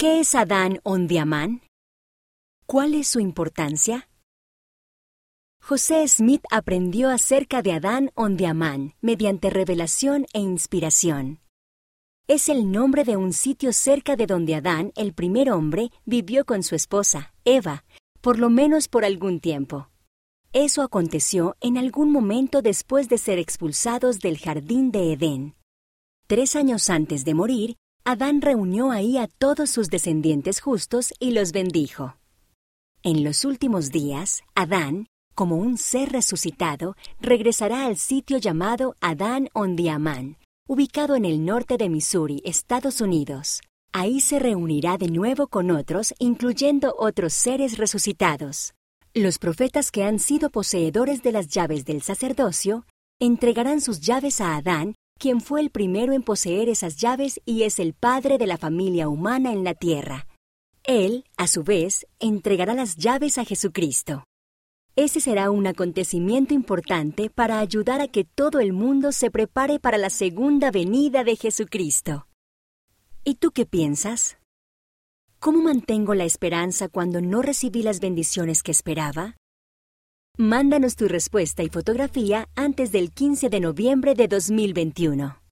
¿Qué es Adán Ondiamán? ¿Cuál es su importancia? José Smith aprendió acerca de Adán Ondiamán mediante revelación e inspiración. Es el nombre de un sitio cerca de donde Adán, el primer hombre, vivió con su esposa, Eva, por lo menos por algún tiempo. Eso aconteció en algún momento después de ser expulsados del jardín de Edén. 3 años antes de morir, Adán reunió ahí a todos sus descendientes justos y los bendijo. En los últimos días, Adán, como un ser resucitado, regresará al sitio llamado Adán Ondiamán, ubicado en el norte de Missouri, Estados Unidos. Ahí se reunirá de nuevo con otros, incluyendo otros seres resucitados. Los profetas que han sido poseedores de las llaves del sacerdocio entregarán sus llaves a Adán, quien fue el primero en poseer esas llaves y es el padre de la familia humana en la tierra. Él, a su vez, entregará las llaves a Jesucristo. Ese será un acontecimiento importante para ayudar a que todo el mundo se prepare para la segunda venida de Jesucristo. ¿Y tú qué piensas? ¿Cómo mantengo la esperanza cuando no recibí las bendiciones que esperaba? Mándanos tu respuesta y fotografía antes del 15 de noviembre de 2021.